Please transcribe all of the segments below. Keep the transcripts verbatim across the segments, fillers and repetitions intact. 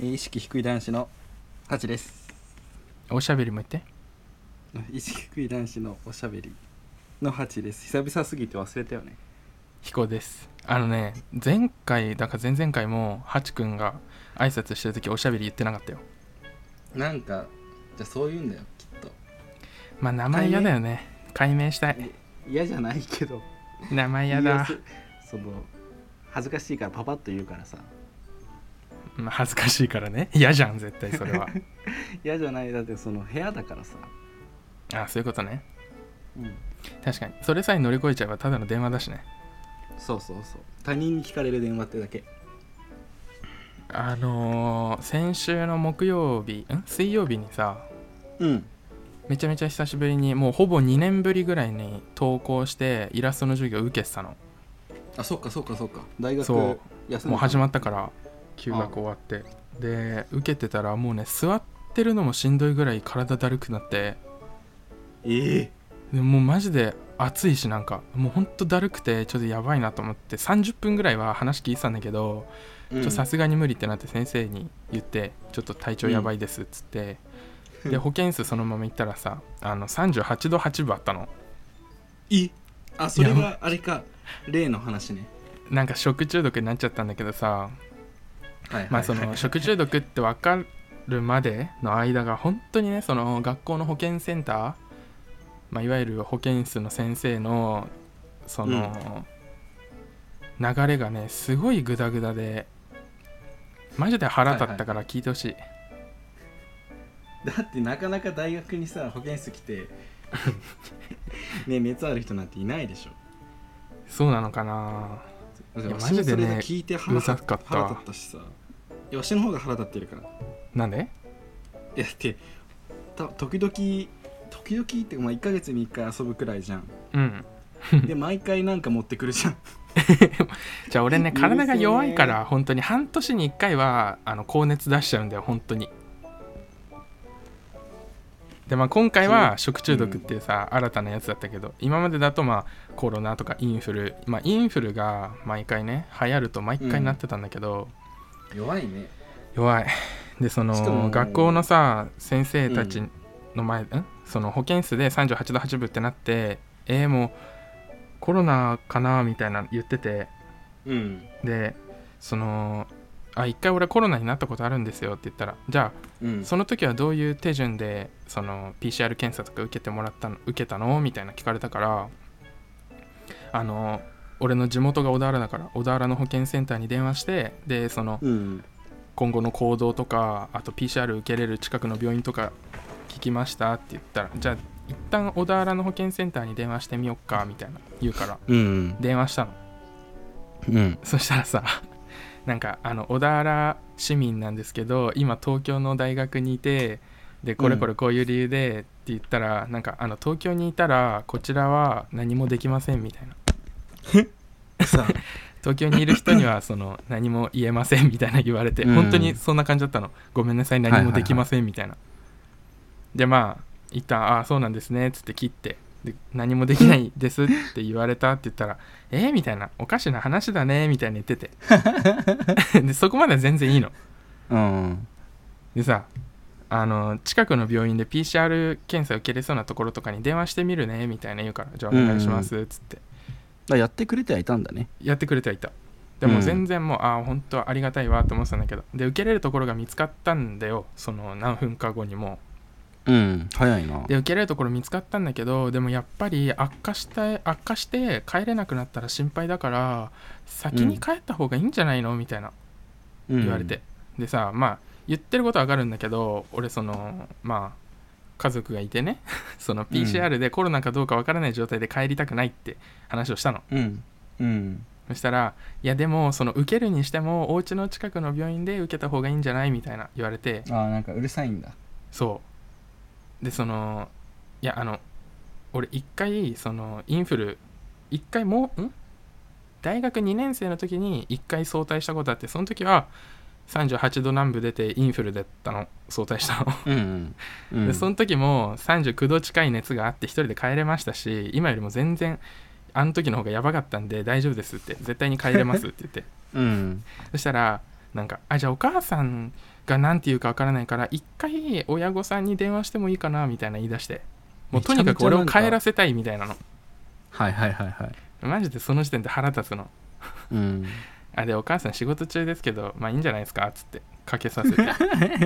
意識低い男子のハチです。 おしゃべりも言って。 意識低い男子のおしゃべりのハチです。久々すぎて忘れたよね。 彦です。あのね、前回だか前々回もハチくんが挨拶してるときおしゃべり言ってなかったよ。 なんかじゃあそういうんだよきっと。 まあ名前嫌だよね。解明したい。 嫌じゃないけど名前嫌だ。 その恥ずかしいからパパッと言うからさ。 まあ、恥ずかしいからね。嫌じゃん絶対それは。 嫌じゃない。だってその部屋だからさ。 あ、そういうことね。 うん。 確かにそれさえ乗り越えちゃえばただの電話だしね。 そうそうそう。他人に聞かれる電話ってだけ。 あのー、先週の木曜日ん水曜日にさ、 うんめちゃめちゃ久しぶりにもうほぼにねんぶりぐらいに登校してイラストの授業を受けてたの。 あ、そっかそっかそっか。大学そう休んでもう始まったから休学終わってで受けてたらもうね座ってるのもしんどいぐらい体だるくなって、 ええでもうマジで暑いしなんかもうほんとだるくてちょっとやばいなと思ってさんじゅっぷんぐらいは話聞いてたんだけど、さすがに無理ってなって先生に言ってちょっと体調やばいですっつって、うん、で保健室そのまま行ったらさあのさんじゅうはちどはちぶあったの。 いあそれはあれか例の話ね。 なんか食中毒になっちゃったんだけどさ、 はいはいはい、 まあその食中毒って分かるまでの間が本当にねその学校の保健センター、まあ、いわゆる保健室の先生のその、うん、流れがねすごいグダグダでマジで腹立ったから聞いてほしい、はいはい、 だってなかなか大学にさ保健室来てね熱ある人なんていないでしょ。 そうなのかな。 いやマジでね聞いて腹立った腹立ったしさ。いやわしの方が腹立ってるから。 なんで？ いやだって時々時々ってまあいっかげつにいっかい遊ぶくらいじゃん。 うんで毎回なんか持ってくるじゃん。 じゃあ俺ね体が弱いから本当に半年にいっかいはあの高熱出しちゃうんだよ本当に。でまあ今回は食中毒っていうさ、うん、新たなやつだったけど今までだとまあコロナとかインフル、まあインフルが毎回ね流行ると毎回なってたんだけど、 うん、弱いね。 弱いでその学校のさ先生たちの前、うん、んその保健室でさんじゅうはちどはちぶってなってえー、もうコロナかなみたいな言ってて、 うん、 でそのあ一回俺コロナになったことあるんですよって言ったらじゃあ、うん、その時はどういう手順でその ピーシーアール 検査とか受けてもらったの受けたのみたいな聞かれたからあの俺の地元が小田原だから小田原の保健センターに電話してでその、うん、今後の行動とかあと ピーシーアール 受けれる近くの病院とか聞きましたって言ったらじゃあ一旦小田原の保健センターに電話してみよっかみたいな言うから、うん、電話したの、うん、そしたらさなんかあの小田原市民なんですけど今東京の大学にいてでこれこれこういう理由でって言ったら、うん、なんかあの東京にいたらこちらは何もできませんみたいな東京にいる人にはその何も言えませんみたいな言われて、うん、本当にそんな感じだったの。ごめんなさい何もできませんみたいな、はいはいはい、でまあ一旦ああそうなんですねっつって切ってで何もできないですって言われたって言ったらえー、みたいなおかしな話だねみたいに言っててでそこまでは全然いいの、うん、でさあの近くの病院で ピーシーアール 検査受けれそうなところとかに電話してみるねみたいな言うからじゃあお願いしますっつって、 うん、やってくれてはいたんだね。 やってくれてはいた。でも全然もう、うん、ああ本当ありがたいわと思ってたんだけどで受けれるところが見つかったんだよその何分か後にもうん早いな。 で受けれるところ見つかったんだけどでもやっぱり悪化して悪化して帰れなくなったら心配だから先に帰った方がいいんじゃないのみたいな言われて、うん、でさまあ言ってることは分かるんだけど俺そのまあ家族がいてねその ピーシーアール でコロナかどうか分からない状態で帰りたくないって話をしたの、うんうん、そしたらいやでもその受けるにしてもお家の近くの病院で受けた方がいいんじゃないみたいな言われてあなんかうるさいんだ。 そうでそのいやあの俺一回そのインフル一回もん大学にねん生の時に一回早退したことあってその時はさんじゅうはちど南部出てインフルだったの早退したのうん、うん、でその時もさんじゅうきゅうど近い熱があって一人で帰れましたし今よりも全然あの時の方がやばかったんで大丈夫ですって絶対に帰れますって言って、うん、そしたらなんかあじゃあお母さんが何て言うかわからないから一回親御さんに電話してもいいかなみたいな言い出して、もうとにかく俺を帰らせたいみたいなの。 はいはいはいはい。 マジでその時点で腹立つの。 うんあでお母さん仕事中ですけどまあいいんじゃないですかっつってかけさせて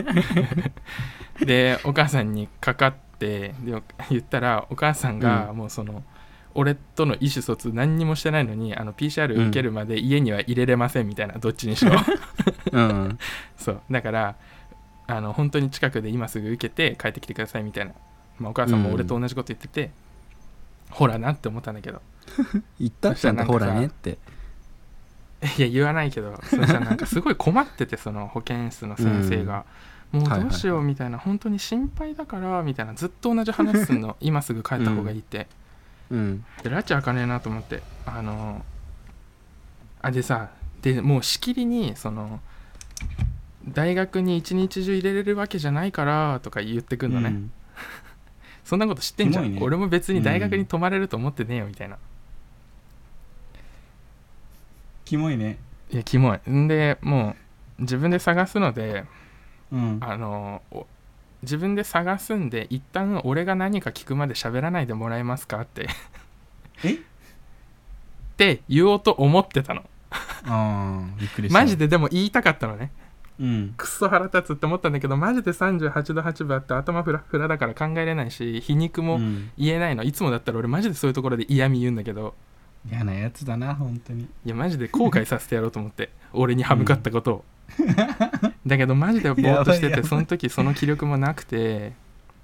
でお母さんにかかってで言ったらお母さんがもうその、うん、俺との意思疎通何にもしてないのにあの ピーシーアール 受けるまで家には入れれませんみたいな、どっちにしろ、うん、そうだからあの本当に近くで今すぐ受けて帰ってきてくださいみたいな、まあ、お母さんも俺と同じこと言ってて、うん、ほらなって思ったんだけど言ったじゃんほらねっていや言わないけどそしたらなんかすごい困っててその保健室の先生が、うん、もうどうしようみたいな、はいはい、本当に心配だからみたいなずっと同じ話すんの今すぐ帰った方がいいって、うん、で拉致開かねえなと思ってあのあでさでもうしきりにその大学に一日中入れれるわけじゃないからとか言ってくんのね、うん、そんなこと知ってんじゃん、ね、俺も別に大学に泊まれると思ってねえよみたいな、 キモいね。 いやキモいんでもう自分で探すので、 うん、 あの自分で探すんで一旦俺が何か聞くまで喋らないでもらえますかってえって言おうと思ってたのあびっくりした。 マジででも言いたかったのね、 うん、 くっそ腹立つって思ったんだけどマジでさんじゅうはちどはちぶあって頭フラフラだから考えれないし皮肉も言えないの、うん、いつもだったら俺マジでそういうところで嫌味言うんだけど嫌なやつだな本当に。 いやマジで後悔させてやろうと思って俺に歯向かったことを、うん、だけどマジでぼーっとしててその時その気力もなくて、 うん、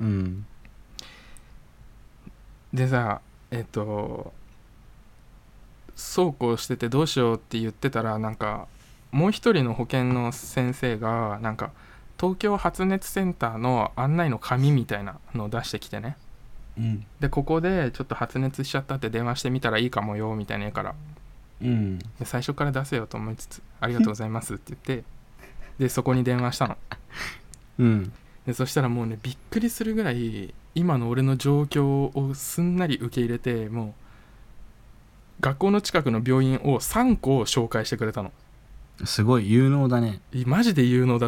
でさえっとそうこうしててどうしようって言ってたらなんかもう一人の保健の先生がなんか東京発熱センターの案内の紙みたいなのを出してきてね、 うん、 でここでちょっと発熱しちゃったって電話してみたらいいかもよみたいな言うから、 うん、 で最初から出せよと思いつつありがとうございますって言ってでそこに電話したの、 うん、 でそしたらもうねびっくりするぐらい今の俺の状況をすんなり受け入れてもう学校の近くの病院をさんこ紹介してくれたの。 すごい有能だね。 マジで有能だった。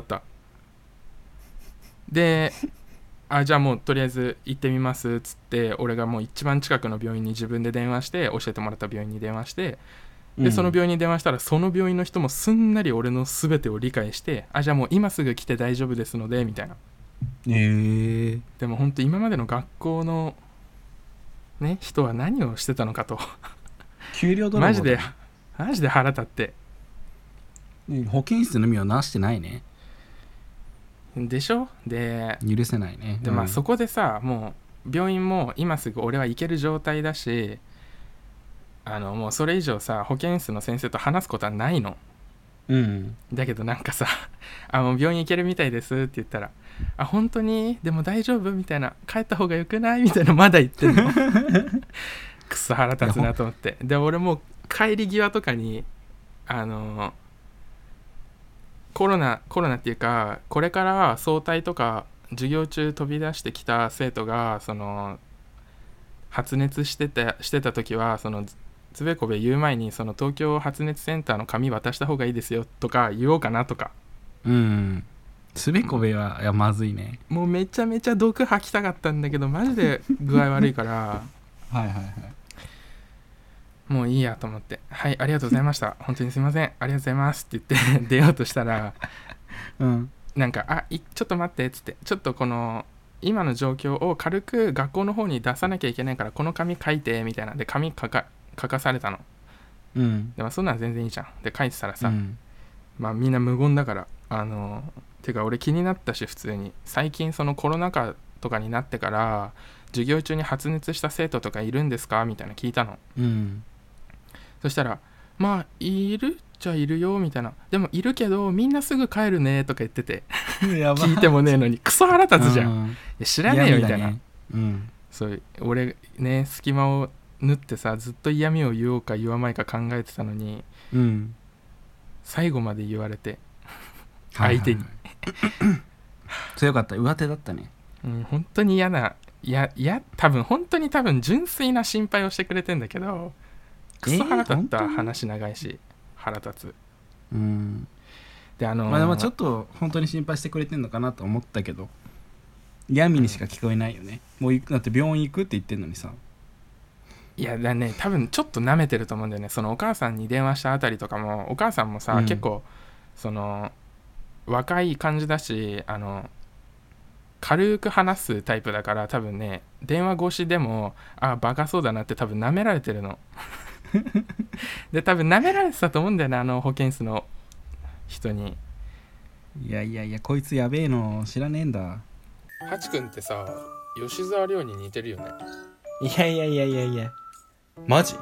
であじゃあもうとりあえず行ってみますっつって俺がもう一番近くの病院に自分で電話して教えてもらった病院に電話してで、うん、その病院に電話したらその病院の人もすんなり俺の全てを理解してあじゃあもう今すぐ来て大丈夫ですのでみたいな。 へー。 でも本当今までの学校のね人は何をしてたのかと給料泥棒だね。 マジでマジで腹立って、 保健室の身をなしてないねでしょ。で許せないね。 で、まあそこでさもう病院も今すぐ俺は行ける状態だしあのもうそれ以上さ保健室の先生と話すことはないの、 うん、 だけどなんかさあもう病院行けるみたいですって言ったらあ本当にでも大丈夫みたいな帰った方がよくないみたいなまだ言ってんのくそ腹立つなと思って。で俺も帰り際とかにあのコロナコロナっていうかこれから早退とか授業中飛び出してきた生徒がその発熱してたしてた時はそのつべこべ言う前にその東京発熱センターの紙渡した方がいいですよとか言おうかなとか。 うんつべこべは、いやまずいね。 もうめちゃめちゃ毒吐きたかったんだけどマジで具合悪いからはいはいはいもういいやと思ってはいありがとうございました本当にすいませんありがとうございますって言って出ようとしたら、 うん、 なんかあいちょっと待ってっつってちょっとこの今の状況を軽く学校の方に出さなきゃいけないからこの紙書いてみたいなで紙書か書かされたの、 うん、 でもそんなの全然いいじゃんで書いてたらさ、 うん、 まあみんな無言だからあのてか俺気になったし普通に最近そのコロナ禍とかになってから授業中に発熱した生徒とかいるんですかみたいな聞いたの、 うん、 そしたらまあいるっちゃいるよみたいなでもいるけどみんなすぐ帰るねとか言っててやば聞いてもねえのにクソ腹立つじゃん、うん、いや知らねえよみたいな、 ねうん、 そう俺ね隙間を縫ってさずっと嫌味を言おうか言わないか考えてたのに、 うん、 最後まで言われて相手に、はいはいはい、強かった上手だったね、 うん、本当に嫌ないやいや多分本当に多分純粋な心配をしてくれてんだけどクソ腹立った、えー、話長いし腹立つ、 うん、 であのー、 まあでもちょっと本当に心配してくれてんのかなと思ったけど嫌味にしか聞こえないよね、うん、もうだって病院行くって言ってんのにさ。 いやだね多分ちょっと舐めてると思うんだよね。そのお母さんに電話したあたりとかもお母さんもさ、うん、結構その若い感じだしあの軽く話すタイプだから多分ね電話越しでもあバカそうだなって多分舐められてるので多分舐められてたと思うんだよねあの保健室の人に。 いやいやいやこいつやべえの知らねえんだ。 ハチ君ってさ吉沢亮に似てるよね。 いやいやいやいやいやマジ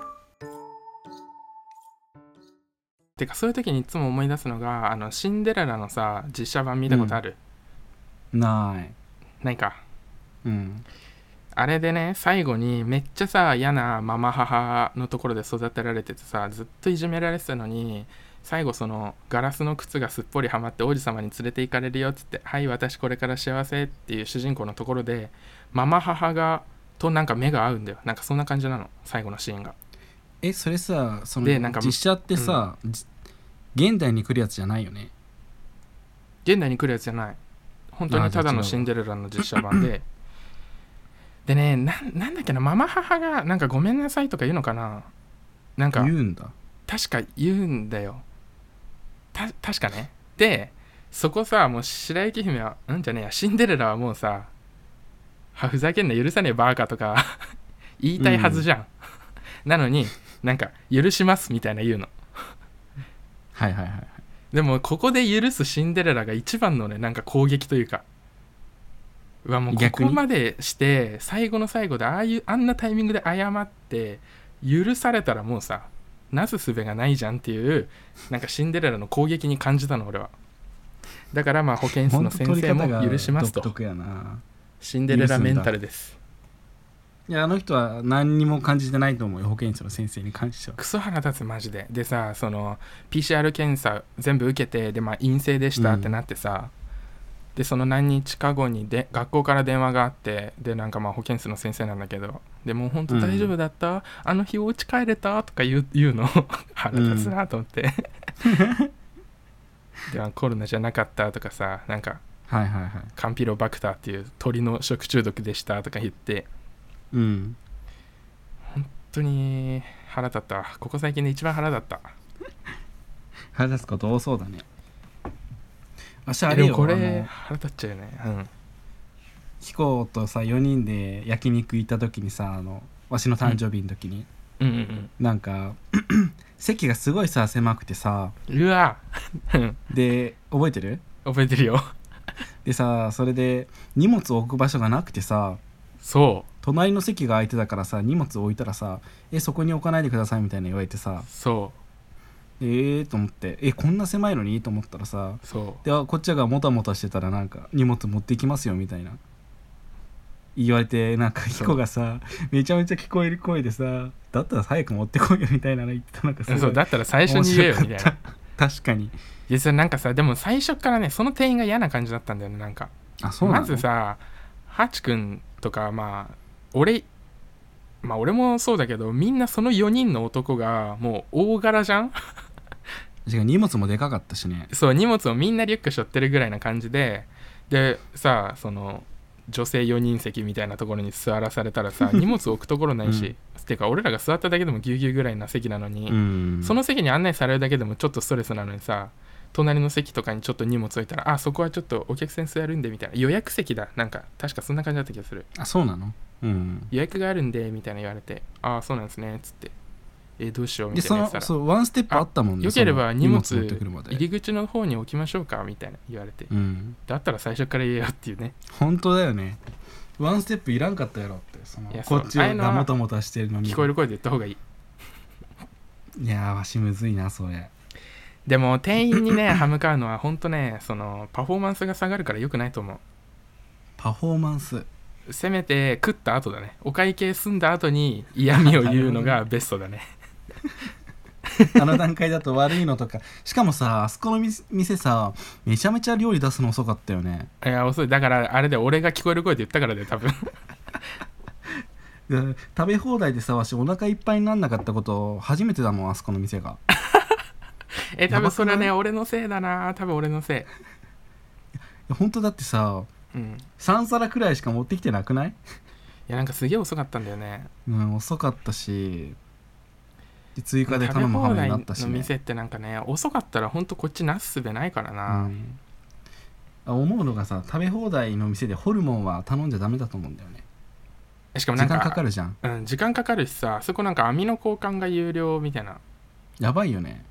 てかそういう時にいつも思い出すのがあのシンデレラのさ実写版見たことある、 うん、ないないか。 うんあれでね最後にめっちゃさ嫌なママ母のところで育てられててさずっといじめられてたのに最後そのガラスの靴がすっぽりはまって王子様に連れて行かれるよっつってはい私これから幸せっていう主人公のところでママ母がとなんか目が合うんだよ。なんかそんな感じなの最後のシーンが。 えそれさその実写ってさ、うん、現代に来るやつじゃないよね。 現代に来るやつじゃない本当にただのシンデレラの実写版ででね な, なんだっけなママ母がなんかごめんなさいとか言うのかな。なんか言うんだ確か言うんだよた確かね。でそこさもう白雪姫はんじゃねえやシンデレラはもうさはふざけんな許さねえバーカとか言いたいはずじゃん、うん、なのになんか許しますみたいな言うのはいはいはい。 でもここで許すシンデレラが一番のねなんか攻撃というかうわもうここまでして最後の最後でああいうあんなタイミングで謝って許されたらもうさなすすべがないじゃんっていうなんかシンデレラの攻撃に感じたの俺は。だからまあ保健室の先生も許しますと。 独特やなシンデレラメンタルです。 いやあの人は何にも感じてないと思うよ保健室の先生に関しては。 クソ腹立つマジで。でさその ピーシーアール 検査全部受けてでまあ陰性でしたってなってさ、うん、でその何日か後にで学校から電話があってでなんかまあ保健室の先生なんだけどでもう本当大丈夫だった、うん、あの日お家帰れたとか言う、言うの腹立つなと思って、うん、ではコロナじゃなかったとかさなんかはいはいはい、 カンピロバクターっていう鳥の食中毒でしたとか言って、 うん、 本当に腹立った。ここ最近で一番腹立った腹立つこと多そうだね。わしあれよでもこれ腹立っちゃうよね。うんヒコとさよにんで焼肉行った時にさあのわしの誕生日の時に、 うんうんうん、 なんか席がすごいさ狭くてさうわで覚えてる？ 覚えてるよでさそれで荷物を置く場所がなくてさそう隣の席が空いてたからさ荷物置いたらさえそこに置かないでくださいみたいな言われてさそうえーと思ってえこんな狭いのにと思ったらさそうでこっちがもたもたしてたらなんか荷物持ってきますよみたいな言われてなんかヒコがさめちゃめちゃ聞こえる声でさだったら早く持ってこいよみたいなの言ってた。なんかすごいそうだったら最初に言えよみたいな確かに。 いやそれなんかさでも最初からねその店員が嫌な感じだったんだよね。なんかあそうなの？ まずさハチ君とかまあ俺まあ俺もそうだけどみんなそのよにんの男がもう大柄じゃん荷物もでかかったしね。 そう荷物をみんなリュック背負ってるぐらいな感じででさその女性よにん席みたいなところに座らされたらさ荷物置くところないし、うん、てか俺らが座っただけでもギュウギュウぐらいな席なのに、うん、その席に案内されるだけでもちょっとストレスなのにさ隣の席とかにちょっと荷物置いたらあそこはちょっとお客さん座るんでみたいな予約席だなんか確かそんな感じだった気がする。 あそうなの、うん、 予約があるんでみたいな言われてあそうなんですねっつってえどうしようみたいなやつたらそうワンステップあったもんね。 よければ荷物入り口の方に置きましょうかみたいな言われて、うん、だったら最初から言えよっていうね。 本当だよねワンステップいらんかったやろってそのこっちがもたもたしてるのに聞こえる声で言った方がいい。 いやーわしむずいなそれ。 でも店員にね歯向かうのは本当ねそのパフォーマンスが下がるから良くないと思う。 パフォーマンスせめて食った後だね。お会計済んだ後に嫌味を言うのがベストだねあの段階だと悪いのとかしかもさあそこの店さめちゃめちゃ料理出すの遅かったよね。 いや遅いだからあれで俺が聞こえる声で言ったからで多分食べ放題でさわしお腹いっぱいになんなかったこと初めてだもんあそこの店がえ多分それはね俺のせいだな。多分俺のせい。いや本当だってさ、うん、さん皿くらいしか持ってきてなくない？いやなんかすげえ遅かったんだよね。 うん遅かったし追加で頼む羽目になったし、ね、 食べ放題の店ってなんかね遅かったらほんとこっちなすすべないからな、うん、 思うのがさ食べ放題の店でホルモンは頼んじゃダメだと思うんだよね。 しかもなんか時間かかるじゃん。 うん時間かかるしさ、あそこなんか網の交換が有料みたいな。 やばいよね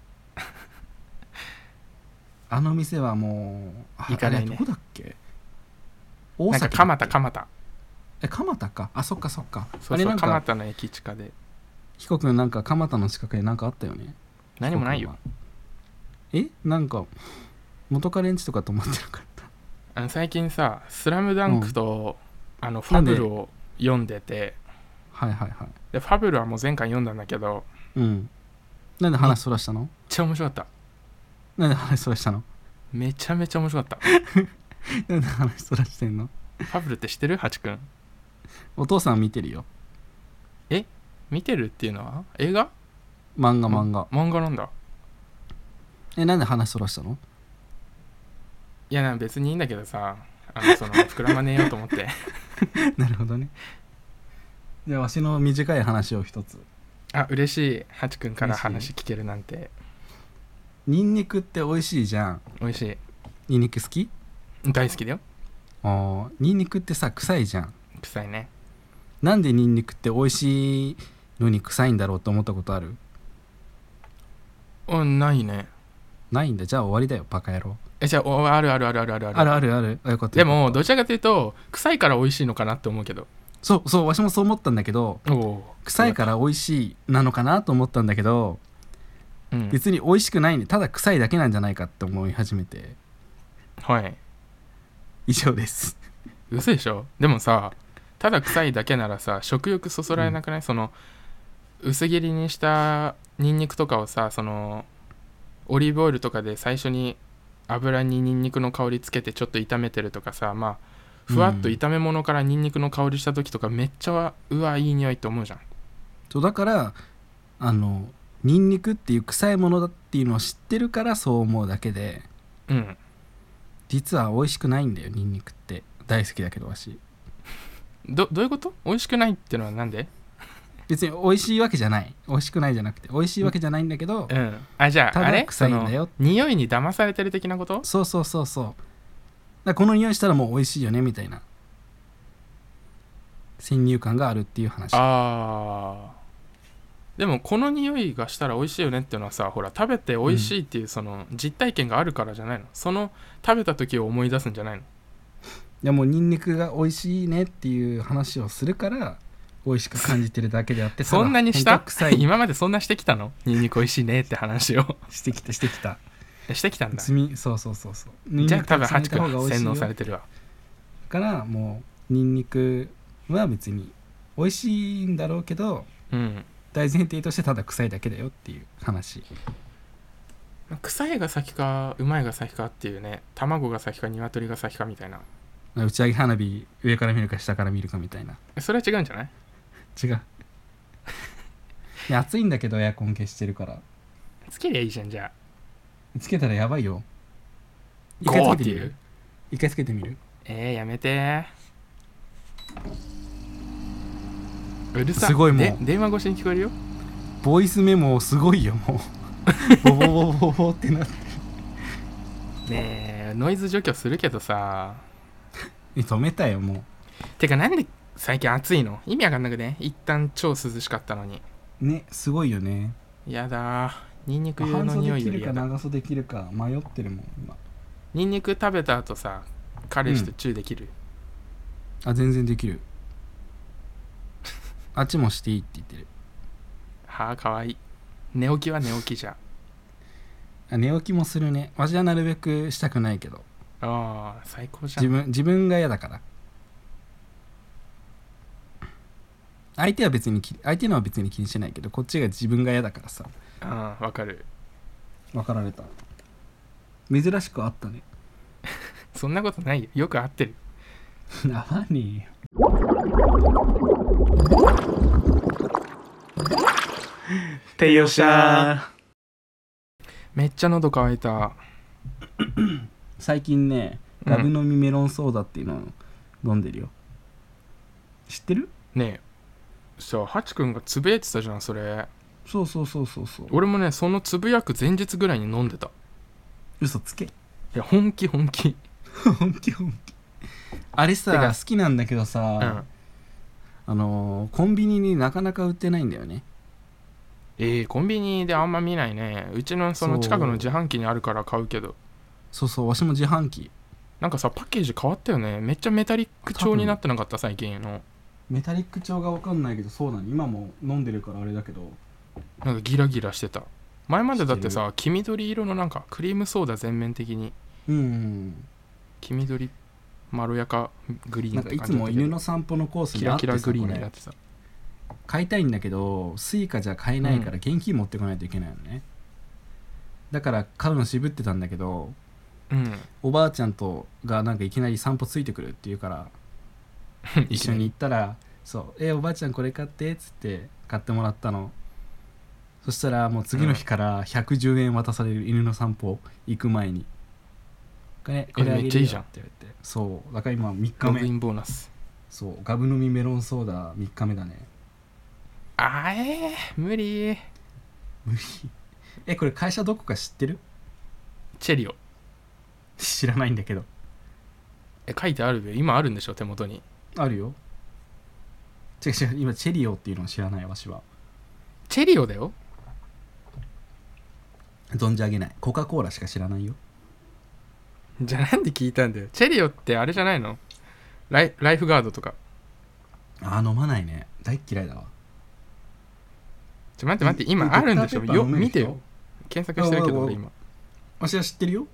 あの店はもう行かないね。 どこだっけ？ 大阪なんか蒲田蒲田え蒲田か。あそっかそっか。 そうそう蒲田の駅近で。 彦君なんか蒲田の近くでなんかあったよね。 何もないよ。 えなんか元カレンチとかと思ってなかった。 あの最近さスラムダンクと、うん、あのファブルを読んでて、 はいはいはい。 でファブルはもう前回読んだんだけど、 うん。なんで話そらしたの？めっちゃ面白かった。 なんで話そらしたの？ めちゃめちゃ面白かったなんで話そらしてんの？ ファブルって知ってる？ハチ君。 お父さん見てるよ。 え見てるっていうのは映画？ 漫画漫画漫画なんだ。 えなんで話そらしたの？ いやな別にいいんだけどさ、あのその膨らまねえよと思ってなるほどね。じゃあわしの短い話を一つ。 あ嬉しい。ハチ君から話聞けるなんて。 ニンニクって美味しいじゃん。 美味しい。 ニンニク好き？ 大好きだよ。 あニンニクってさ臭いじゃん。 臭いね。 なんでニンニクって美味しいのに臭いんだろうと思ったことある？ うんないね。 ないんだ。じゃあ終わりだよバカ野郎。 えじゃああるあるあるあるあるあるあるあるあるあよかった。 でもどちらかというと臭いから美味しいのかなって思うけど。 そうそうわしもそう思ったんだけど、臭いから美味しいなのかなと思ったんだけど、うん、別に美味しくないね。ただ臭いだけなんじゃないかって思い始めて。 はい以上です。 嘘でしょ。でもさただ臭いだけならさ食欲そそられなくない？うん、その薄切りにしたニンニクとかをさそのオリーブオイルとかで最初に油にニンニクの香りつけてちょっと炒めてるとかさ、まあふわっと炒め物からニンニクの香りした時とかめっちゃうわいい匂いって思うじゃん。 そうだからあのニンニクっていう臭いものだっていうのを知ってるからそう思うだけで、 うん、 実は美味しくないんだよ。ニンニクって大好きだけどわし。 ど, どういうこと？美味しくないってのはなんで？ 別に美味しいわけじゃない。美味しくないじゃなくて美味しいわけじゃないんだけど、 うん、あじゃあただ臭いんだよ。 匂いに騙されてる的なこと？ そうそうそうそう。だこの匂いしたらもう美味しいよねみたいな先入観があるっていう話。 あでもこの匂いがしたら美味しいよねっていうのはさほら食べて美味しいっていうその実体験があるからじゃないの？その食べた時を思い出すんじゃないの？いやもうニンニクが美味しいねっていう話をするから美味しく感じてるだけであってそんなにした？今までそんなしてきたの？ニンニク美味しいねって話をしてきたしてきたしてきたんだ。 そうそうそうそう。 じゃあ多分ハチ君は洗脳されてるわ。 だからもうニンニクは別に美味しいんだろうけど、うん、大前提としてただ臭いだけだよっていう話。 臭いが先かうまいが先かっていうね。卵が先か鶏が先かみたいな。 打ち上げ花火上から見るか下から見るかみたいな。 それは違うんじゃない？ 違ういや暑いんだけどエアコン消してるからつけりゃいいじゃん。じゃあつけたらやばいよ。一回つけてみる？一回つけてみる？ えー、やめて。うるさ。 すごいもう電話越しに聞こえるよ。 ボイスメモすごいよもうボボボボボってなってねえノイズ除去するけどさ止めたよもう。 てかなんで最近暑いの？意味わかんなくね。一旦超涼しかったのにね。すごいよね。 やだニンニク用の匂いよりやだ。 半袖着るか長袖着るか迷ってるもん今。 ニンニク食べた後さ彼氏とチューできる？ うん、あ全然できるあっちもしていいって言ってる。 はあかわいい。寝起きは寝起きじゃ。 あ寝起きもするね。わしはなるべくしたくないけど。 ああ最高じゃん。 自分自分が嫌だから。相手は別に相手のは別に気にしないけどこっちが自分が嫌だからさ。 ああわかる。 分かられた。珍しくあったねそんなことないよ。よく合ってる。 なによてよっしゃー。 めっちゃ喉乾いた。 最近ねガブ飲みメロンソーダっていうのを飲んでるよ、知ってる？ ねえさあハチ君がつぶやいてたじゃんそれ。 そうそうそうそうそう。 俺もねそのつぶやく前日ぐらいに飲んでた。 嘘つけ。いや本気本気本気本気。あれさ好きなんだけどさ、うん、あのー、コンビニになかなか売ってないんだよね。 えー、コンビニであんま見ないね。うちのその近くの自販機にあるから買うけど。 そうそう、わしも自販機。 なんかさパッケージ変わったよね。めっちゃメタリック調になってなかった最近の。 メタリック調が分かんないけどそうなの。今も飲んでるからあれだけどなんかギラギラしてた。前までだってさ黄緑色のなんかクリームソーダ全面的に、 うんうん、 黄緑まろやかグリーンって感じだったけど、 なんかいつも犬の散歩のコースにあってさ、 キラキラグリーンになってさ買いたいんだけどスイカじゃ買えないから現金持ってこないといけないのね、うん、だから買うの渋ってたんだけど、うん、おばあちゃんとがなんかいきなり散歩ついてくるって言うから一緒に行ったらそうえおばあちゃんこれ買ってっつって買ってもらったの。そしたらもう次の日からひゃくじゅうえん渡される、犬の散歩行く前にこれこれあげるよって言われて、めっちゃいいじゃん。そうだから今みっかめログインボーナス。 そうガブ飲みメロンソーダみっかめだね。 あえー、無理無理。えこれ会社どこか知ってる？ チェリオ。 知らないんだけど。 え書いてあるよ今あるんでしょ手元に。 あるよ。違う違う今チェリオっていうのを知らないわしは。 チェリオだよ。 存じ上げない。コカ・コーラしか知らないよ。 じゃあなんで聞いたんだよ。チェリオってあれじゃないの？ライ、ライフガードとか。 あー飲まないね。大っ嫌いだわ。 ちょ待って待って今あるんでしょ。よ見てよ。検索してるけど俺今。 わしは知ってるよ。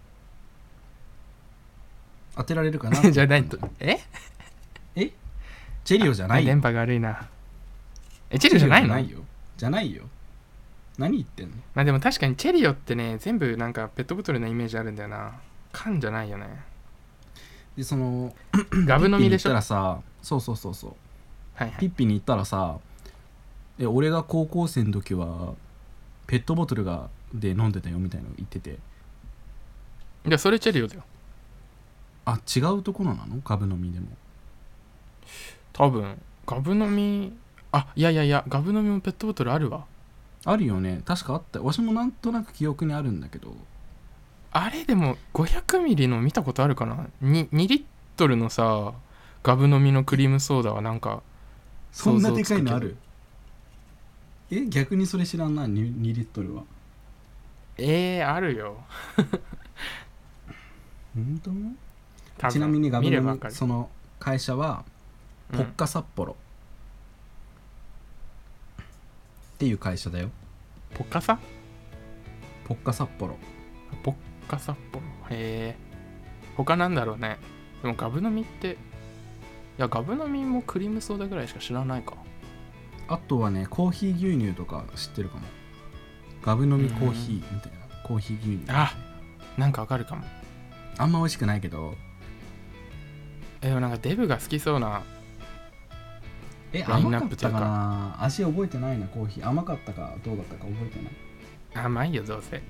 当てられるかなじゃないと。ええチェリオじゃないよ。 電波が悪いな。えチェリオじゃないの？ じゃないよ。じゃないよ。何言ってんの？ まあでも確かにチェリオってね全部なんかペットボトルのイメージあるんだよな。缶じゃないよね。 でそのガブ飲みでしょ。 ピッピに行ったらさそうそうそうそう、 はいはい、 ピッピに行ったらさえ俺が高校生の時はペットボトルがで飲んでたよみたいなの言ってて。 いやそれチェリオだよ。 あ違うところなの？ガブ飲みでも多分ガブ飲みあいやいやいやガブ飲みもペットボトルあるわ。 あるよね。確かあった。わしもなんとなく記憶にあるんだけど。 あれでもごひゃくミリの見たことあるかな。 2, 2リットルのさガブ飲みのクリームソーダはなんかそんなでかいのある？え逆にそれ知らんな。 2, 2リットルは。 えー、あるよ本当？ちなみにガブ飲みその会社はポッカ札幌、うん、っていう会社だよ。 ポッカサ？ ポッカ札幌。 ポッカ札幌。へえ。他なんだろうね。でもガブ飲みっていやガブ飲みもクリームソーダぐらいしか知らないか。 あとはねコーヒー牛乳とか知ってるかも。ガブ飲みコーヒーみたいな、コーヒー牛乳。 あなんかわかるかも。 あんま美味しくないけど。 えでもなんかデブが好きそうなえ甘かったかな。味覚えてないな。コーヒー甘かったかどうだったか覚えてない。 甘いよどうせ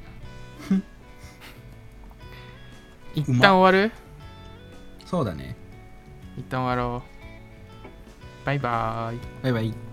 一旦終わる？ そうだね。 一旦終わろう。バイバーイ。 バイバイ。